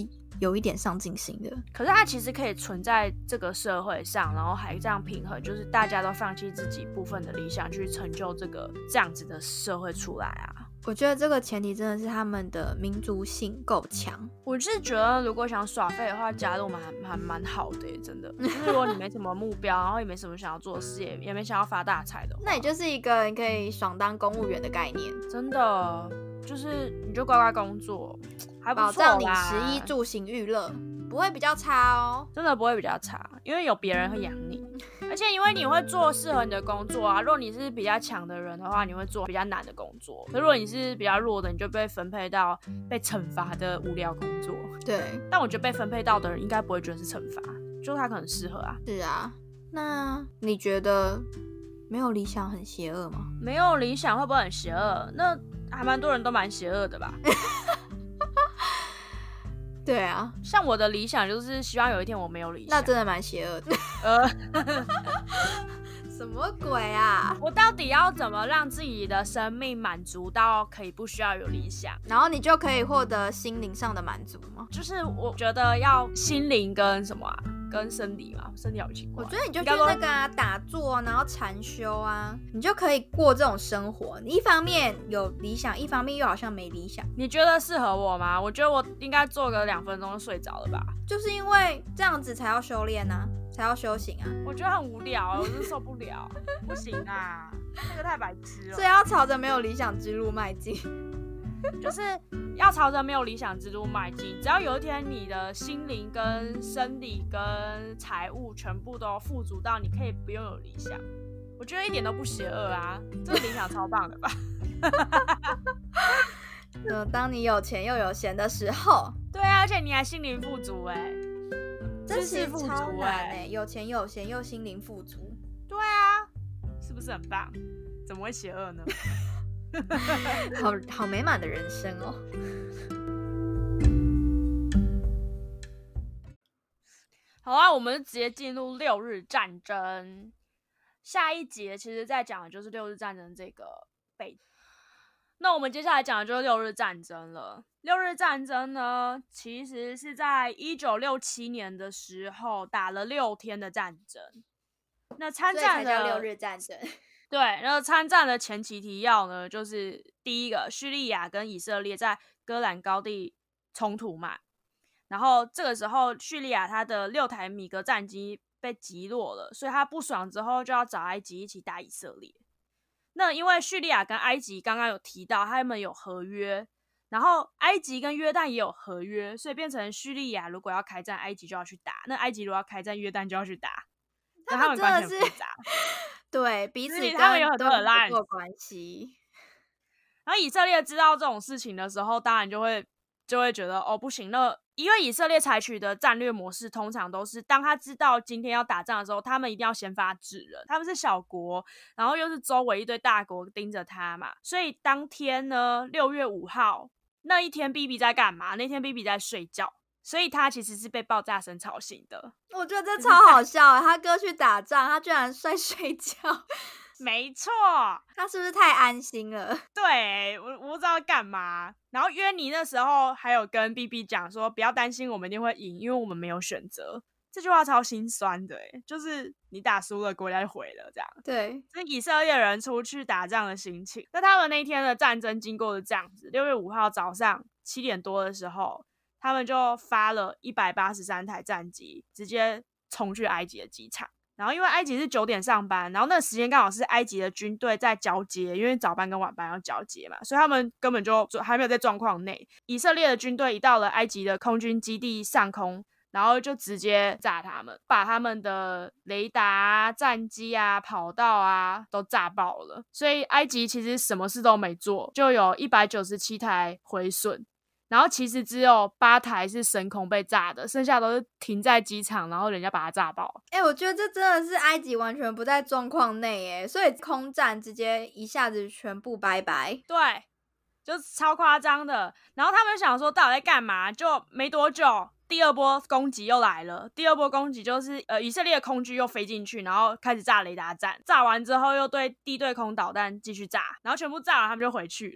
有一点上进心的。 可是它其实可以存在这个社会上，然后还这样平衡，就是大家都放弃自己部分的理想去成就这个这样子的社会出来啊。 我觉得这个前提真的是他们的民族性够强。 我是觉得如果想耍废的话，加入蛮蛮蛮好的耶，真的。就是如果你没什么目标，然后也没什么想要做的事业，也没想要发大财的话， 那你就是一个你可以爽当公务员的概念。 真的就是你就乖乖工作，还不错啦， 保障你食衣住行娱乐，不会比较差哦。 真的不会比较差，因为有别人会养你。而且因为你会做适合你的工作啊，如果你是比较强的人的话，你会做比较难的工作；可如果你是比较弱的，你就被分配到被惩罚的无聊工作。 对， 但我觉得被分配到的人应该不会觉得是惩罚，就是他可能适合啊。 是啊，那你觉得没有理想很邪恶吗？ 没有理想会不会很邪恶？那还蛮多人都蛮邪恶的吧。 对啊， 像我的理想就是希望有一天我没有理想。 那真的蛮邪恶的。 呃， 什么鬼啊？ 我到底要怎么让自己的生命满足到可以不需要有理想， 然后你就可以获得心灵上的满足吗？ 就是我觉得要心灵跟什么啊，跟身体嘛，身体好奇怪。 我觉得你就去那个啊打坐啊，然后禅修啊，你就可以过这种生活。你一方面有理想，一方面又好像没理想。 你觉得适合我吗？我觉得我应该做个两分钟就睡着了吧。 就是因为这样子才要修炼啊，才要修行啊。 我觉得很无聊，我真受不了，不行啊，那个太白痴了。 所以要朝着没有理想之路迈进。 就是要朝着没有理想之路迈进。只要有一天你的心灵跟生理跟财务全部都富足到你可以不用有理想，我觉得一点都不邪恶啊，这个理想超棒的吧。 呃，当你有钱又有闲的时候， 对啊，而且你还心灵富足哎、欸， 这其实富足超难哎、 欸， 有钱有闲又心灵富足。 对啊，是不是很棒？怎么会邪恶呢？ 好好美满的人生哦。 好啊，我们就直接进入六日战争。下一节其实在讲的就是六日战争这个背景。那我们接下来讲的就是六日战争了。六日战争呢，其实是在一九六七年的时候打了六天的战争。那参战的所以才叫六日战争。 对，然后参战的前期提要呢，就是第一个，叙利亚跟以色列在戈兰高地冲突嘛，然后这个时候叙利亚他的六台米格战机被击落了，所以他不爽之后就要找埃及一起打以色列。那因为叙利亚跟埃及刚刚有提到他们有合约，然后埃及跟约旦也有合约，所以变成叙利亚如果要开战，埃及就要去打；那埃及如果要开战，约旦就要去打。 他们真的是很复杂， 对彼此跟他们有很多的合作关系。 然后以色列知道这种事情的时候，当然就会就会觉得哦不行，那因为以色列采取的战略模式通常都是，当他知道今天要打仗的时候，他们一定要先发制人。他们是小国，然后又是周围一堆大国盯着他嘛，所以当天呢，六月五号那一天 ，B B 在干嘛？那天 B B 在睡觉。所以他其实是被爆炸声吵醒的。 我觉得这超好笑，他哥去打仗，他居然在睡觉。 没错， 他是不是太安心了？ 对，我我不知道干嘛。然后约尼那时候还有跟 B B 讲说，不要担心，我们一定会赢，因为我们没有选择。这句话超心酸的，就是你打输了，国家就毁了，这样。 对， 是以色列人出去打仗的心情。那他们那天的战争经过是这样子：六月五号早上七点多的时候，他们就发了一百八十三台战机，直接冲去埃及的机场。然后因为埃及是九点上班，然后那个时间刚好是埃及的军队在交接，因为早班跟晚班要交接嘛，所以他们根本就还没有在状况内。以色列的军队一到了埃及的空军基地上空，然后就直接炸他们，把他们的雷达啊、战机啊、跑道啊都炸爆了。所以埃及其实什么事都没做，就有一百九十七台毁损。然后其实只有八台是升空被炸的，剩下都是停在机场，然后人家把它炸爆。 哎、欸，我觉得这真的是埃及完全不在状况内耶，所以空战直接一下子全部拜拜。 对，就是超夸张的。然后他们想说到底在干嘛，就没多久，第二波攻击又来了。第二波攻击就是呃以色列的空军又飞进去，然后开始炸雷达站，炸完之后又对地对空导弹继续炸，然后全部炸完他们就回去了。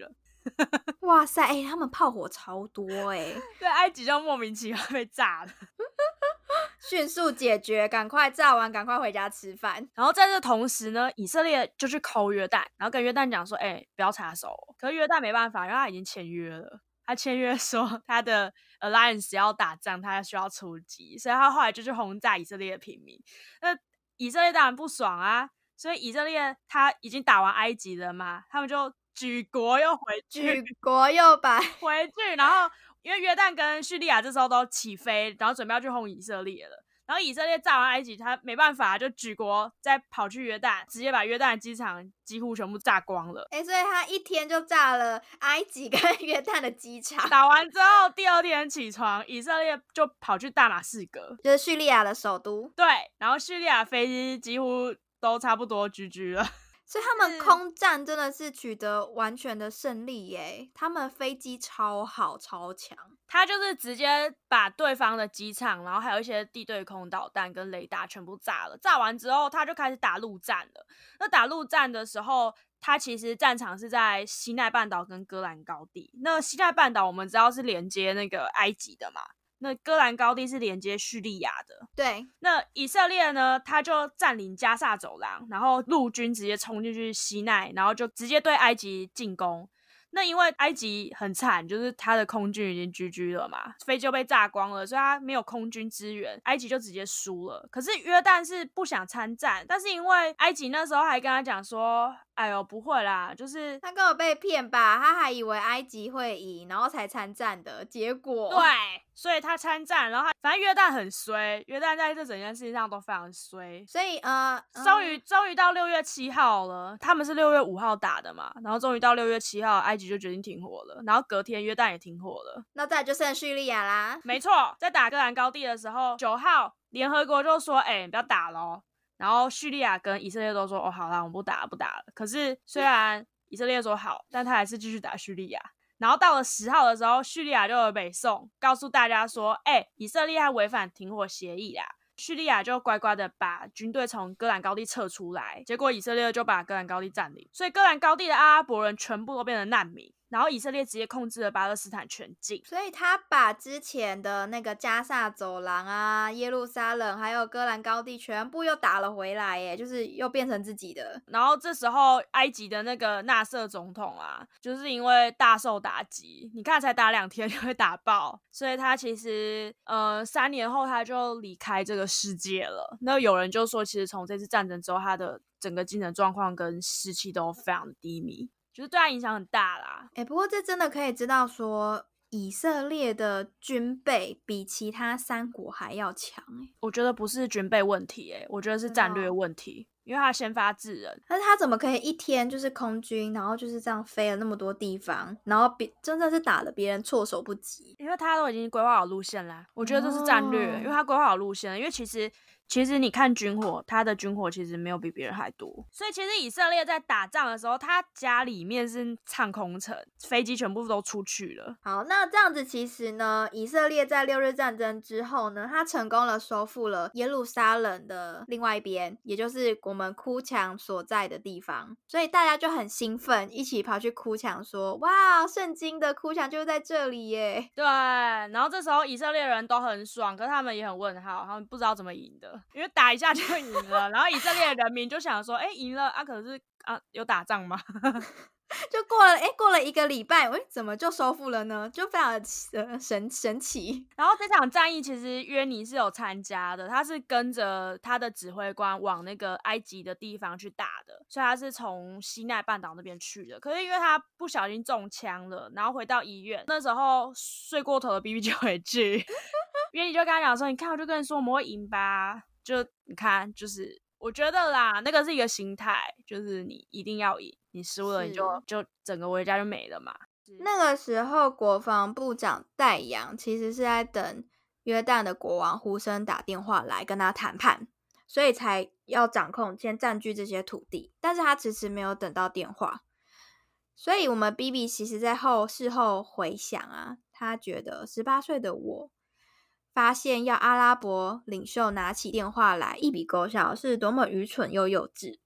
哇塞，哎、欸，他们炮火超多哎、欸， 对，埃及就莫名其妙被炸了。 迅速解决，赶快炸完，赶快回家吃饭。 然后在这同时呢，以色列就去抠约旦，然后跟约旦讲说：“哎、欸，不要插手。”可是约旦没办法，因为他已经签约了，他签约说他的 alliance 要打仗，他需要出击，所以他后来就去轰炸以色列的平民。那以色列当然不爽啊，所以以色列他已经打完埃及了嘛，他们就举国又回去， 举国又把回去，然后。因为约旦跟叙利亚这时候都起飞，然后准备要去轰以色列了。然后以色列炸完埃及，他没办法，就举国再跑去约旦，直接把约旦的机场几乎全部炸光了。 哎、欸，所以他一天就炸了埃及跟约旦的机场。 打完之后，第二天起床，以色列就跑去大马士革， 就是叙利亚的首都。 对，然后叙利亚飞机几乎都差不多 G G 了。 所以他们空战真的是取得完全的胜利耶，他们飞机超好超强， 他就是直接把对方的机场，然后还有一些地对空导弹跟雷达全部炸了。炸完之后，他就开始打陆战了。那打陆战的时候，他其实战场是在西奈半岛跟戈兰高地。那西奈半岛我们知道是连接那个埃及的嘛，那戈兰高地是连接叙利亚的。 对， 那以色列呢，他就占领加萨走廊，然后陆军直接冲进去西奈，然后就直接对埃及进攻。那因为埃及很惨，就是他的空军已经 G G 了嘛，飞机就被炸光了，所以他没有空军支援，埃及就直接输了。可是约旦是不想参战，但是因为埃及那时候还跟他讲说，哎呦不会啦，就是他根本被骗吧，他还以为埃及会赢，然后才参战的，结果对，所以他参战，然后他反正约旦很衰，约旦在这整件事情上都非常衰， 所以呃， 终于终于到六月七号了，他们是六月五号打的嘛，然后终于到六月七号，埃及就决定停火了，然后隔天约旦也停火了， 那再来就剩叙利亚啦。 没错，在打戈兰高地的时候，九号联合国就说：“哎、欸，你不要打咯。”然后叙利亚跟以色列都说：“哦，好啦，我们不打了，不打了。”可是虽然以色列说好，但他还是继续打叙利亚。然后到了十号的时候，叙利亚就有北宋告诉大家说：“哎、欸，以色列还违反停火协议啦。”叙利亚就乖乖的把军队从戈兰高地撤出来，结果以色列就把戈兰高地占领，所以戈兰高地的阿拉伯人全部都变成难民。然后以色列直接控制了巴勒斯坦全境， 所以他把之前的那个加萨走廊啊、耶路撒冷还有戈兰高地全部又打了回来耶，就是又变成自己的。 然后这时候埃及的那个纳瑟总统啊，就是因为大受打击，你看才打两天就会打爆，所以他其实呃三年后他就离开这个世界了。那有人就说，其实从这次战争之后，他的整个精神状况跟士气都非常的低迷。就是对他影响很大啦。 哎、欸，不过这真的可以知道说，以色列的军备比其他三国还要强哎、欸。 我觉得不是军备问题哎、欸，我觉得是战略问题，因为他先发制人。 但是他怎么可以一天就是空军，然后就是这样飞了那么多地方，然后别真的是打了别人措手不及？ 因为他都已经规划好路线啦，我觉得这是战略，哦、因为他规划好路线了。因为其实。其实你看军火，他的军火其实没有比别人还多，所以其实以色列在打仗的时候，他家里面是唱空城，飞机全部都出去了。 好，那这样子其实呢，以色列在六日战争之后呢，他成功了收复了耶路撒冷的另外一边，也就是我们哭墙所在的地方，所以大家就很兴奋，一起跑去哭墙说：“哇，圣经的哭墙就是在这里耶！” 对，然后这时候以色列人都很爽，可是他们也很问号，他们不知道怎么赢的。因为打一下就赢了，然后以色列人民就想说，哎，赢了啊，可是啊，有打仗吗？ 就过了，哎，过了一个礼拜，喂，怎么就收复了呢？就非常的、呃、神神奇。 然后这场战役其实约尼是有参加的，他是跟着他的指挥官往那个埃及的地方去打的，所以他是从西奈半岛那边去的。可是因为他不小心中枪了，然后回到医院，那时候睡过头的 B B 就回去，约尼就跟他讲说：“你看，我就跟你说我们会赢吧。”就你看，就是我觉得啦，那个是一个心态，就是你一定要赢，你输了你就就整个国家就没了嘛。 那个时候，国防部长戴阳其实是在等约旦的国王胡森打电话来跟他谈判，所以才要掌控、先占据这些土地。但是他迟迟没有等到电话，所以我们 B B 其实在后事后回想啊，他觉得十八岁的我。发现要阿拉伯领袖拿起电话来一笔勾销是多么愚蠢又幼稚。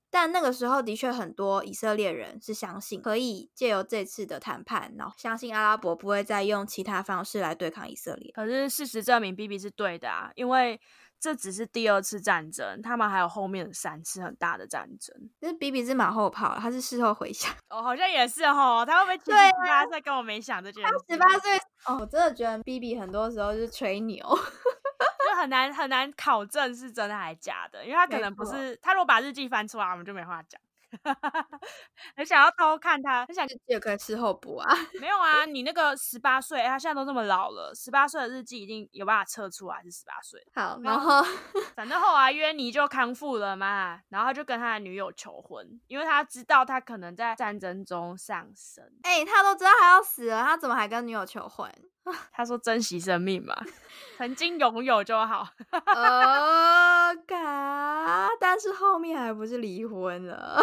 但那个时候的确很多以色列人是相信可以借由这次的谈判，然后相信阿拉伯不会再用其他方式来对抗以色列。 可是事实证明 Bibi 是对的啊，因为这只是第二次战争，他们还有后面的三次很大的战争。 但是 Bibi 是马后炮，他是事后回想。 哦，好像也是哦，他会不会其实十八岁跟我没想这件事？ 他十八岁哦，我真的觉得 Bibi 很多时候是吹牛。 就很难很难考证是真的还是假的，因为他可能不是他如果把日记翻出来，我们就没话讲。很想要偷看他，很想日记也可以事后补啊。 没有啊，你那个十八岁，他现在都这么老了，十八岁的日记一定有办法测出来是十八岁。 好，然后反正后来约尼就康复了嘛，然后他就跟他的女友求婚，因为他知道他可能在战争中丧生。 哎、欸，他都知道他要死了，他怎么还跟女友求婚？ 他说珍惜生命嘛，曾经拥有就好。 哦，嘎，但是后面还不是离婚了。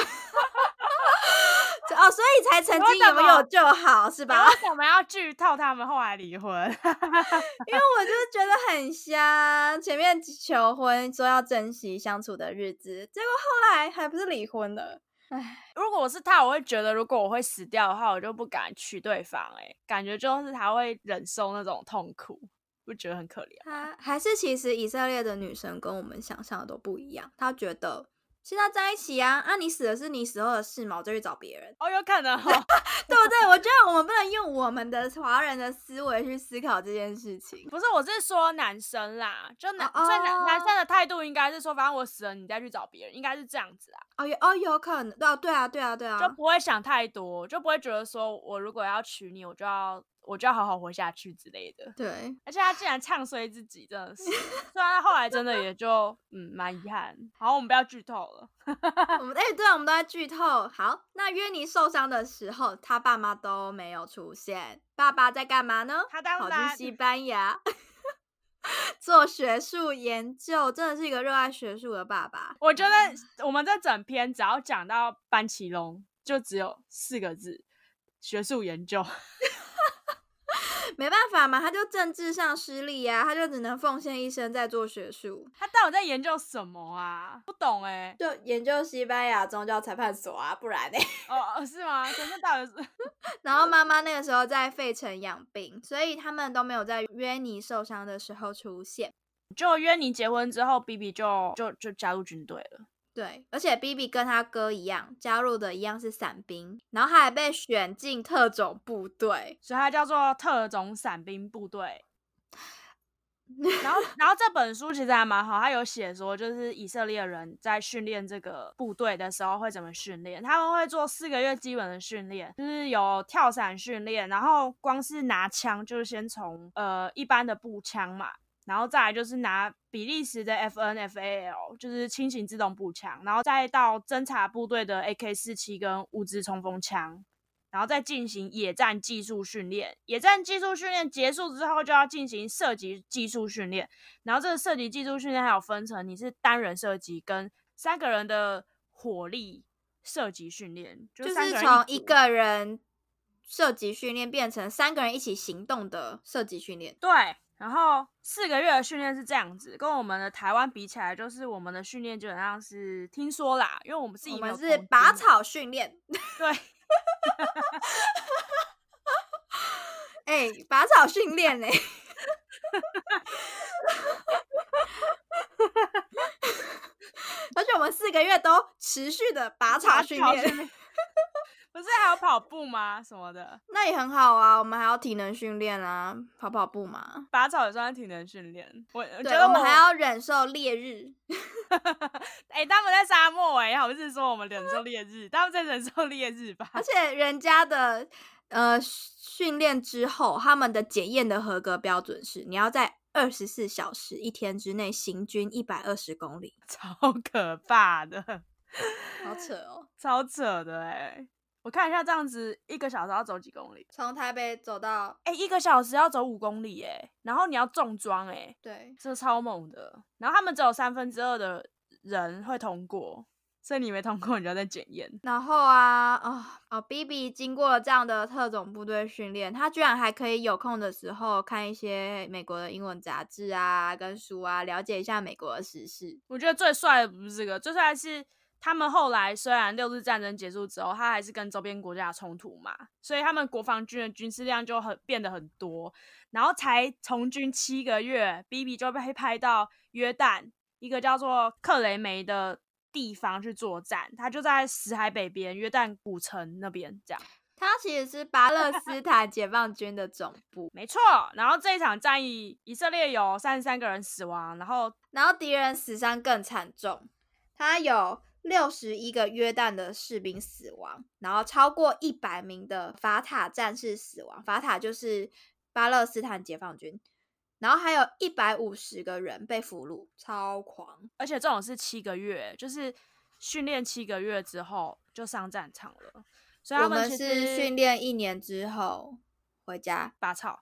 哦，所以才曾经拥有就好，是吧？ 为什么要剧透他们后来离婚？ 因为我就是觉得很香，前面求婚说要珍惜相处的日子，结果后来还不是离婚了。唉， 如果我是他，我会觉得如果我会死掉的话，我就不敢娶对方、欸。哎，感觉就是他会忍受那种痛苦，不觉得很可怜？ 他还是其实以色列的女生跟我们想象的都不一样，他觉得现在在一起啊，啊你死的是你死后的事嘛，我就去找别人。 哦，有可能哦， 对不对？我觉得我们不能用我们的华人的思维去思考这件事情。 不是，我是说男生啦，就男， 哦、 所以男男生的态度应该是说，反正我死了，你再去找别人，应该是这样子啊。 哦，有哦，有可能，哦，对啊，对啊，对啊， 就不会想太多，就不会觉得说我如果要娶你，我就要我就要好好活下去之类的。 对， 而且他竟然唱衰自己，真的是，虽然他后来真的也就嗯蛮遗憾。好，我们不要剧透了。 我们哎、欸，对啊，我们都在剧透。好，那约尼受伤的时候，他爸妈都没有出现。爸爸在干嘛呢？ 他当跑去西班牙做学术研究，真的是一个热爱学术的爸爸。 我觉得我们这整篇只要讲到班奇隆，就只有四个字：学术研究。 没办法嘛，他就政治上失利啊，他就只能奉献一生在做学术。 他到底在研究什么啊？不懂哎、 欸，就研究西班牙宗教裁判所啊，不然呢、欸？ 哦，是吗？可是到底是？ 然后妈妈那个时候在费城养病，所以他们都没有在约尼受伤的时候出现。 就约尼结婚之后 ，Bibi 就就就加入军队了。 对，而且 Bibi 跟他哥一样，加入的一样是伞兵，然后他还被选进特种部队， 所以他叫做特种伞兵部队。然后，然后这本书其实还蛮好，他有写说，就是以色列人在训练这个部队的时候会怎么训练。他们会做四个月基本的训练，就是有跳伞训练，然后光是拿枪就是先从呃一般的步枪嘛。然后再来就是拿比利时的 F N F A L， 就是轻型自动步枪，然后再到侦察部队的 A K 四十七 跟物资冲锋枪，然后再进行野战技术训练。野战技术训练结束之后，就要进行射击技术训练。然后这个射击技术训练还有分成，你是单人射击跟三个人的火力射击训练， 就是从一个人射击训练变成三个人一起行动的射击训练。 对。然后四个月的训练是这样子，跟我们的台湾比起来，就是我们的训练基本上是听说啦，因为我们自己我们是拔草训练， 对， 哎、欸，拔草训练呢，而且我们四个月都持续的拔草训练。 不是还有跑步吗？什么的， 那也很好啊。我们还要体能训练啊，跑跑步嘛。 拔草也算是体能训练。我对， 觉得 我, 我们还要忍受烈日。 哎、欸，他们在沙漠哎、欸，好是说我们忍受烈日，他们在忍受烈日吧？ 而且人家的呃训练之后，他们的检验的合格标准是，你要在二十四小时一天之内行军一百二十公里， 超可怕的， 好扯哦， 超扯的哎、欸。我看一下，这样子一个小时要走几公里？ 从台北走到哎、欸，一个小时要走五公里哎、欸，然后你要重装哎、欸， 对， 这超猛的。然后他们只有三分之二的人会通过，所以你没通过，你就要再检验。 然后啊，哦哦 ，Bibi 经过了这样的特种部队训练，他居然还可以有空的时候看一些美国的英文杂志啊，跟书啊，了解一下美国的时事。 我觉得最帅的不是这个，最帅的是。 他们后来虽然六日战争结束之后，他还是跟周边国家冲突嘛，所以他们国防军的军事量就很变得很多，然后才从军七个月 ，B B 就被派到约旦一个叫做克雷梅的地方去作战，他就在死海北边约旦古城那边这样。 它其实是巴勒斯坦解放军的总部， 没错。然后这一场战役，以色列有三十三个人死亡，然后然后敌人死伤更惨重，他有六十一个约旦的士兵死亡，然后超过一百名的法塔战士死亡。法塔就是巴勒斯坦解放军，然后还有一百五十个人被俘虏，超狂！ 而且这种是七个月，就是训练七个月之后就上战场了。所以他我们其实是训练一年之后回家拔草。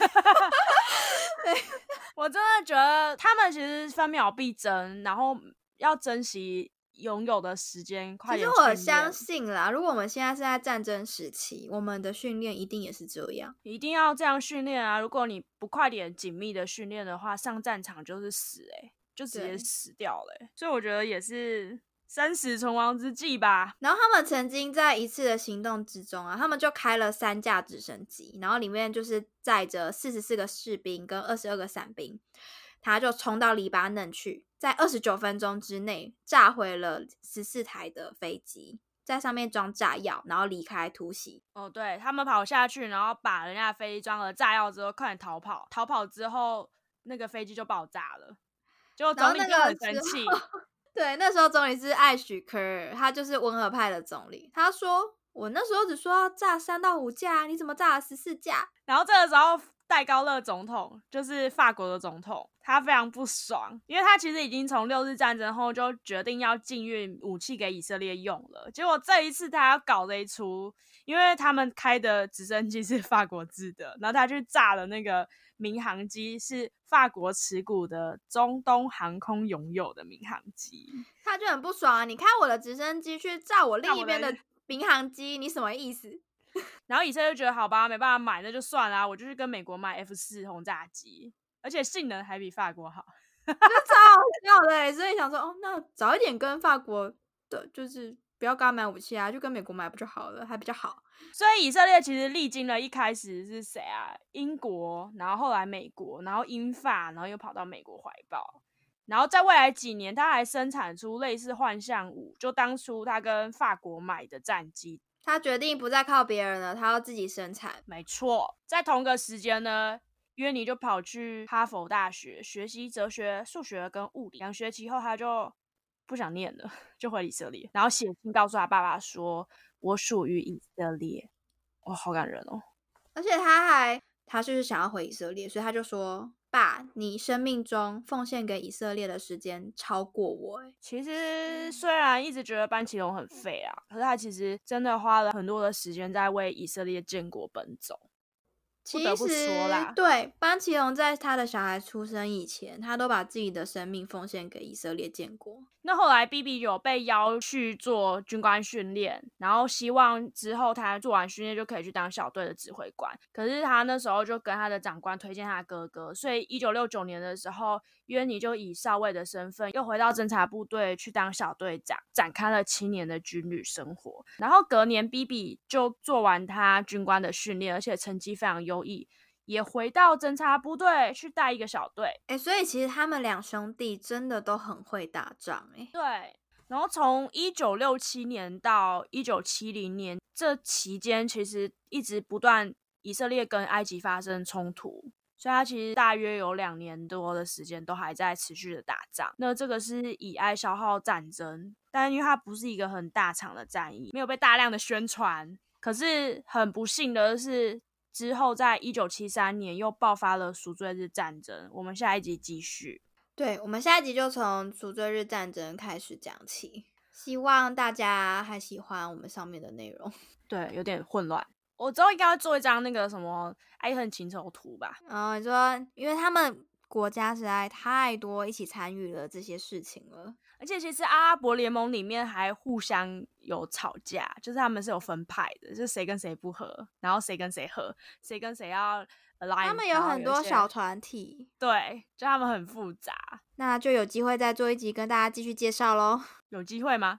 我真的觉得他们其实分秒必争，然后要珍惜拥有的时间，快点训练。 其实我相信啦，如果我们现在是在战争时期，我们的训练一定也是这样， 一定要这样训练啊！如果你不快点紧密的训练的话，上战场就是死哎、欸，就直接死掉了、欸。所以我觉得也是生死存亡之际吧。 然后他们曾经在一次的行动之中啊，他们就开了三架直升机，然后里面就是载着四十四个士兵跟二十二个伞兵，他就冲到黎巴嫩去，在二十九分钟之内炸毁了十四台的飞机，在上面装炸药，然后离开突袭。 哦，对，他们跑下去，然后把人家的飞机装了炸药之后，快点逃跑。逃跑之后，那个飞机就爆炸了，结果总理就很生气。 对，那时候总理是艾许科尔，他就是温和派的总理。他说：“我那时候只说要炸三到五架，你怎么炸了十四架？” 然后这个时候，戴高乐总统就是法国的总统，他非常不爽，因为他其实已经从六日战争后就决定要禁运武器给以色列用了。结果这一次他要搞这一出，因为他们开的直升机是法国制的，然后他去炸了那个民航机，是法国持股的中东航空拥有的民航机， 他就很不爽啊！你开我的直升机去炸我另一边的民航机，你什么意思？ 然后以色列就觉得好吧，没办法买，那就算啦，我就去跟美国买 F 四 轰炸机，而且性能还比法国好， 就超好笑的、欸。所以想说，哦，那早一点跟法国的，就是不要跟他买武器啊，就跟美国买不就好了，还比较好。 所以以色列其实历经了一开始是谁啊？英国，然后后来美国，然后英法，然后又跑到美国怀抱。然后在未来几年，他还生产出类似幻象五，就当初他跟法国买的战机。 他决定不再靠别人了，他要自己生产。 没错，在同个时间呢，约尼就跑去哈佛大学学习哲学、数学跟物理。两学期后，他就不想念了，就回以色列，然后写信告诉他爸爸说：“我属于以色列。”哇，好感人哦！ 而且他还，他就是想要回以色列，所以他就说：“爸，你生命中奉献给以色列的时间超过我。”哎， 其实虽然一直觉得班奇隆很废啊，可是他其实真的花了很多的时间在为以色列建国奔走。不得不说啦， 对，班奇隆在他的小孩出生以前，他都把自己的生命奉献给以色列建国。 那后来 B B 有被邀去做军官训练，然后希望之后他做完训练就可以去当小队的指挥官。可是他那时候就跟他的长官推荐他的哥哥，所以一九六九年的时候，约尼就以少尉的身份又回到侦察部队去当小队长，展开了七年的军旅生活。然后隔年 B B 就做完他军官的训练，而且成绩非常优异，也回到侦察部队去带一个小队。 哎、欸，所以其实他们两兄弟真的都很会打仗。哎、欸， 对。然后从一九六七年到一九七零年这期间，其实一直不断以色列跟埃及发生冲突，所以他其实大约有两年多的时间都还在持续的打仗。那这个是以埃消耗战争，但因为它不是一个很大场的战役，没有被大量的宣传。可是很不幸的是，之后在一九七三年又爆发了赎罪日战争。我们下一集继续。 对，我们下一集就从赎罪日战争开始讲起，希望大家还喜欢我们上面的内容。 对，有点混乱。我之后应该会做一张那个什么爱恨情仇图吧。 哦，你说，因为他们国家实在太多一起参与了这些事情了， 而且其实阿拉伯联盟里面还互相有吵架，就是他们是有分派的，就是谁跟谁不合，然后谁跟谁合，谁跟谁要 align。 他们有很多小团体， 对，就他们很复杂。 那就有机会再做一集跟大家继续介绍咯。 有机会吗？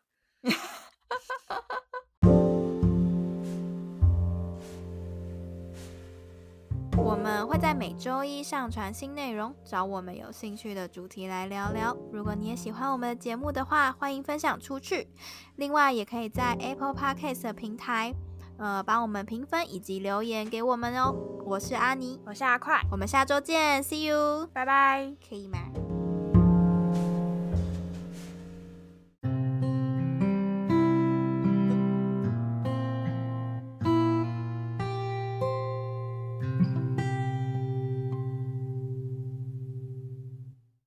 我们会在每周一上传新内容，找我们有兴趣的主题来聊聊。如果你也喜欢我们的节目的话，欢迎分享出去。另外，也可以在 Apple Podcast 的平台，呃，帮我们评分以及留言给我们哦。我是阿妮， 我是阿快， 我们下周见 ，See you， 拜拜， 可以吗？